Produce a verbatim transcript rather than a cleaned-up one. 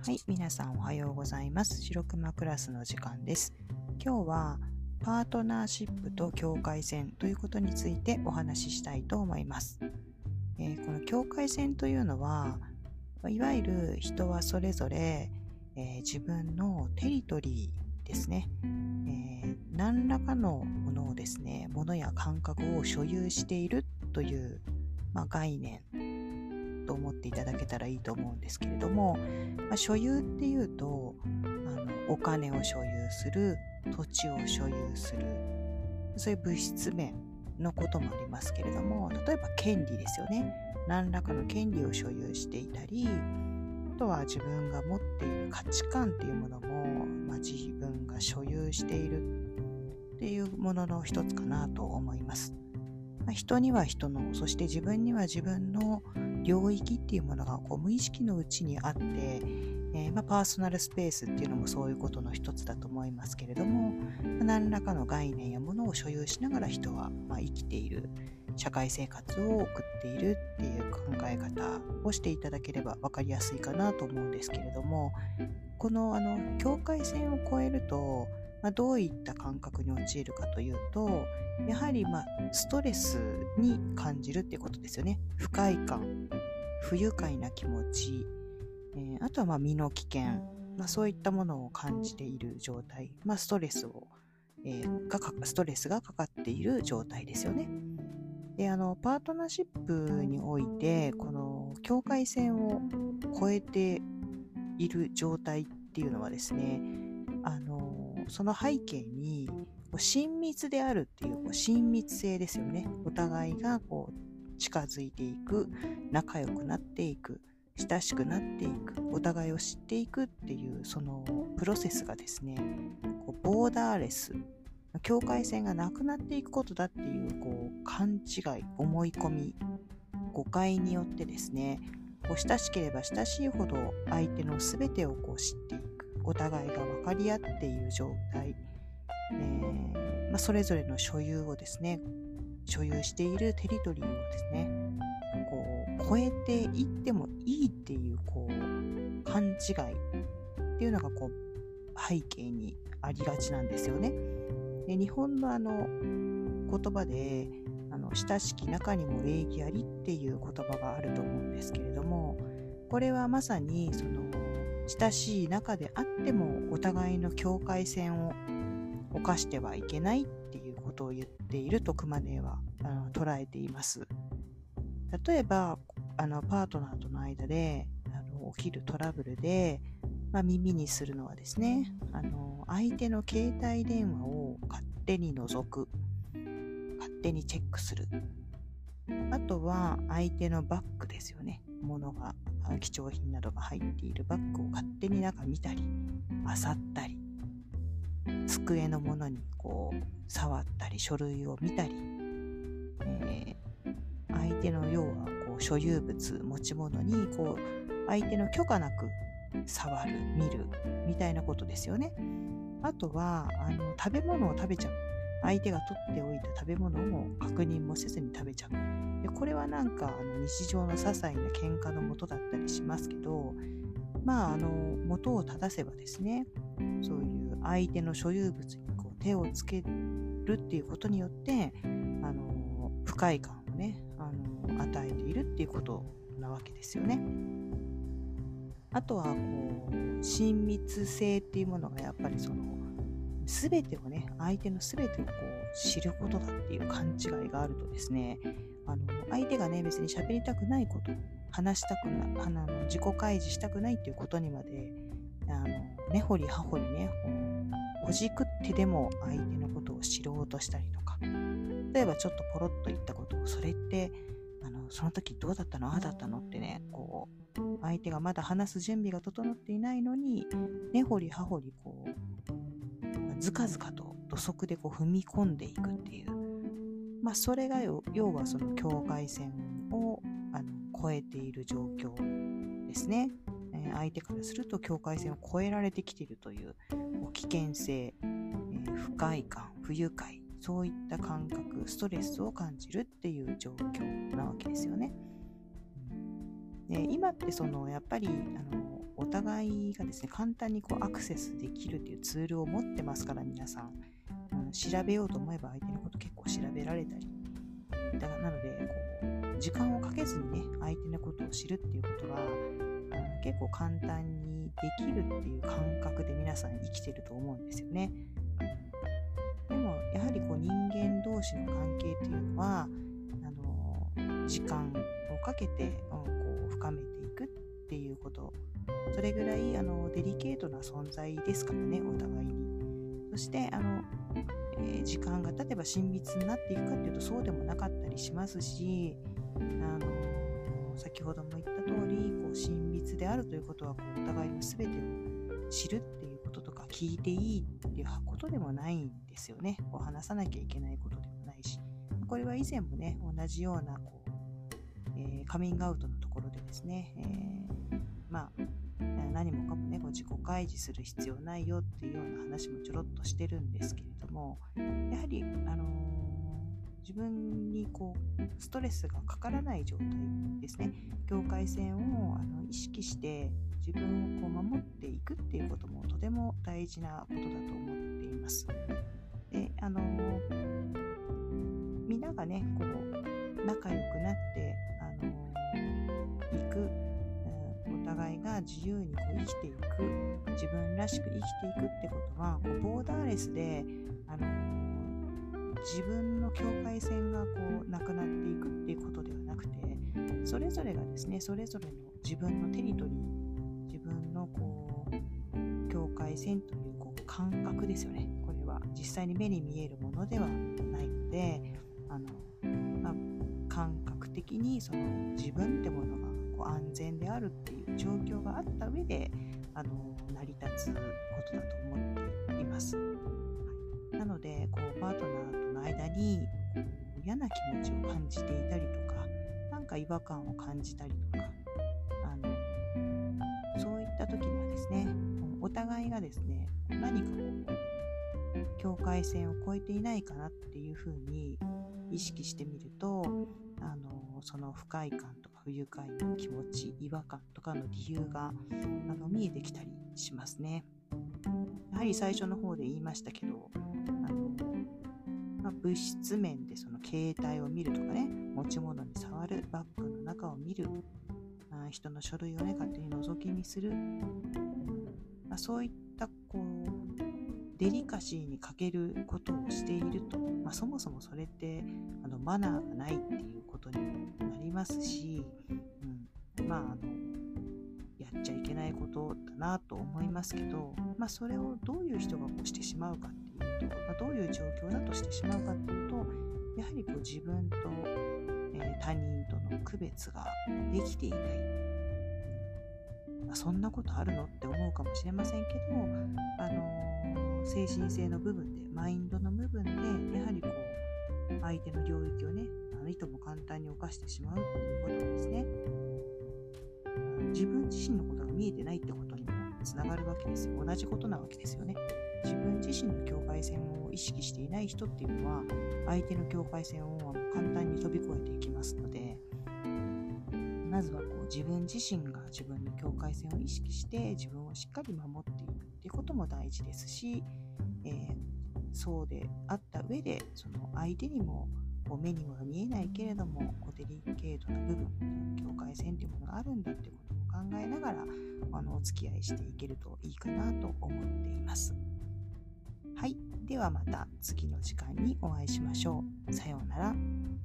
はい、皆さんおはようございます。白熊クラスの時間です。今日はパートナーシップと境界線ということについてお話ししたいと思います。えー、この境界線というのは、いわゆる人はそれぞれ、えー、自分のテリトリーですね、えー、何らかのものをですね、ものや感覚を所有しているという、まあ、概念と思っていただけたらいいと思うんですけれども、まあ、所有っていうとあのお金を所有する、土地を所有する、そういう物質面のこともありますけれども、例えば権利ですよね。何らかの権利を所有していたり、あとは自分が持っている価値観っていうものも、まあ、自分が所有しているっていうものの一つかなと思います。まあ、人には人の、そして自分には自分の領域っていうものがこう無意識のうちにあって、えーまあ、パーソナルスペースっていうのもそういうことの一つだと思いますけれども、まあ、何らかの概念やものを所有しながら人はまあ生きている、社会生活を送っているっていう考え方をしていただければ分かりやすいかなと思うんですけれども、このあの境界線を越えると、まあ、どういった感覚に陥るかというと、やはりまあストレスに感じるっていうことですよね。不快感、不愉快な気持ち、えー、あとはまあ身の危険、まあ、そういったものを感じている状態、まあ、ストレスを、えー、がかストレスがかかっている状態ですよね。で、あのパートナーシップにおいてこの境界線を越えている状態っていうのはですね、あのその背景に親密であるっていう、こう親密性ですよね。お互いがこう近づいていく、仲良くなっていく、親しくなっていく、お互いを知っていくっていうそのプロセスがですね、こうボーダーレス、境界線がなくなっていくことだっていうこう勘違い、思い込み、誤解によってですね、こう親しければ親しいほど相手のすべてをこう知っていく、お互いが分かり合っている状態、えーまあ、それぞれの所有をですね、所有しているテリトリーをですね、こう超えていってもいいっていうこう勘違いっていうのがこう背景にありがちなんですよね。で、日本のあの言葉であの親しき中にも礼儀ありっていう言葉があると思うんですけれども、これはまさにその親しい仲であってもお互いの境界線を犯してはいけないっていうことを言っていると熊根はあの捉えています。例えばあのパートナーとの間であの起きるトラブルで、まあ、耳にするのはですね、あの相手の携帯電話を勝手に覗く、勝手にチェックする、あとは相手のバッグですよね。物が貴重品などが入っているバッグを勝手に中見たり漁ったり、机のものにこう触ったり書類を見たり、えー、相手の要はこう所有物、持ち物にこう相手の許可なく触る、見るみたいなことですよね。あとはあの食べ物を食べちゃう、相手が取っておいた食べ物を確認もせずに食べちゃう。で、これはなんかあの日常の些細な喧嘩の元だったりしますけど、まああの元を正せばですね、そういう相手の所有物にこう手をつけるっていうことによってあの不快感をね、あの与えているっていうことなわけですよね。あとはこう親密性っていうものがやっぱりその全てをね、相手の全てをこう知ることだっていう勘違いがあるとですね、あの相手がね別に喋りたくないこと、話したくない、あの自己開示したくないっていうことにまであの根掘り葉掘りね、ほじくってでも相手のことを知ろうとしたりとか、例えばちょっとポロッと言ったことを、それってあのその時どうだったの、ああだったのってね、こう相手がまだ話す準備が整っていないのに根掘り葉掘りこうずかずかと土足でこう踏み込んでいくっていう、まあそれが要はその境界線をあの越えている状況ですね。相手からすると境界線を越えられてきているという危険性、えー、不快感、不愉快、そういった感覚、ストレスを感じるっていう状況なわけですよね。で、今ってそのやっぱりあのお互いがですね簡単にこうアクセスできるっていうツールを持ってますから、皆さん、うん、調べようと思えば相手のこと結構調べられたり、だからなのでこう時間をかけずにね相手のことを知るっていうことは、うん、結構簡単にできるっていう感覚で皆さん生きてると思うんですよね。でもやはりこう人間同士の関係っていうのはあの時間をかけて、うん、こう深めていくっていうこと、それぐらいあのデリケートな存在ですからね、お互いに。そしてあの、えー、時間が経てば親密になっていくかっていうとそうでもなかったりしますし、あの先ほども言った通りこう親密であるということはこうお互いの全てを知るっていうこととか聞いていいっていうことでもないんですよね。こう話さなきゃいけないことでもないし、これは以前もね同じようなこう、えー、カミングアウトのところでですね、えー、まあ何もかもねこう自己開示する必要ないよっていうような話もちょろっとしてるんですけれども、やはり、あのー、自分にこうストレスがかからない状態ですね、境界線をあの意識して自分をこう守っていくっていうこともとても大事なことだと思っています。で、あのー、みんながねこう仲良くなって、あのー、いく、お互いが自由にこう生きていく、自分らしく生きていくってことはこうボーダーレスで、あのー、自分の境界線がこうなくなっていくっていうことではなくて、それぞれがですねそれぞれの自分のテリトリー、自分のこう境界線というこう感覚ですよね。これは実際に目に見えるものではないので、あの、まあ、感覚的にその自分ってものがこう安全であるっていう状況があった上であの成り立つことだと思っています。なのでこうパートナーとの間にこう嫌な気持ちを感じていたりとか、なんか違和感を感じたりとか、あのそういった時にはですね、お互いがですね何かこう境界線を越えていないかなっていうふうに意識してみると、あのその不快感とか不愉快な気持ち、違和感とかの理由があの見えてきたりしますね。やはり最初の方で言いましたけど、あの、まあ、物質面でその携帯を見るとかね、持ち物に触る、バッグの中を見る、あ人の書類をね勝手に覗き見する、まあ、そういったこうデリカシーに欠けることをしていると、まあ、そもそもそれってあのマナーがないっていうことにもなりますし、うん、まああのやっちゃいけないことだなと思いますけど、まあ、それをどういう人がこうしてしまうかっていうと、まあ、どういう状況だとしてしまうかっていうと、やはりこう自分と、えー、他人との区別ができていない、まあ、そんなことあるのって思うかもしれませんけど、あのー精神性の部分で、マインドの部分でやはりこう相手の領域をねあのいとも簡単に犯してしまうっていうことはですね、自分自身のことが見えてないってことにもつながるわけですよ。同じことなわけですよね。自分自身の境界線を意識していない人っていうのは相手の境界線を簡単に飛び越えていきますので、まずはこう自分自身が自分の境界線を意識して自分をしっかり守っていくっていうことも大事ですし、えー、そうであった上でその相手にもこう目には見えないけれどもこうデリケートな部分、境界線というものがあるんだっていうことを考えながらあのお付き合いしていけるといいかなと思っています。はい、ではまた次の時間にお会いしましょう。さようなら。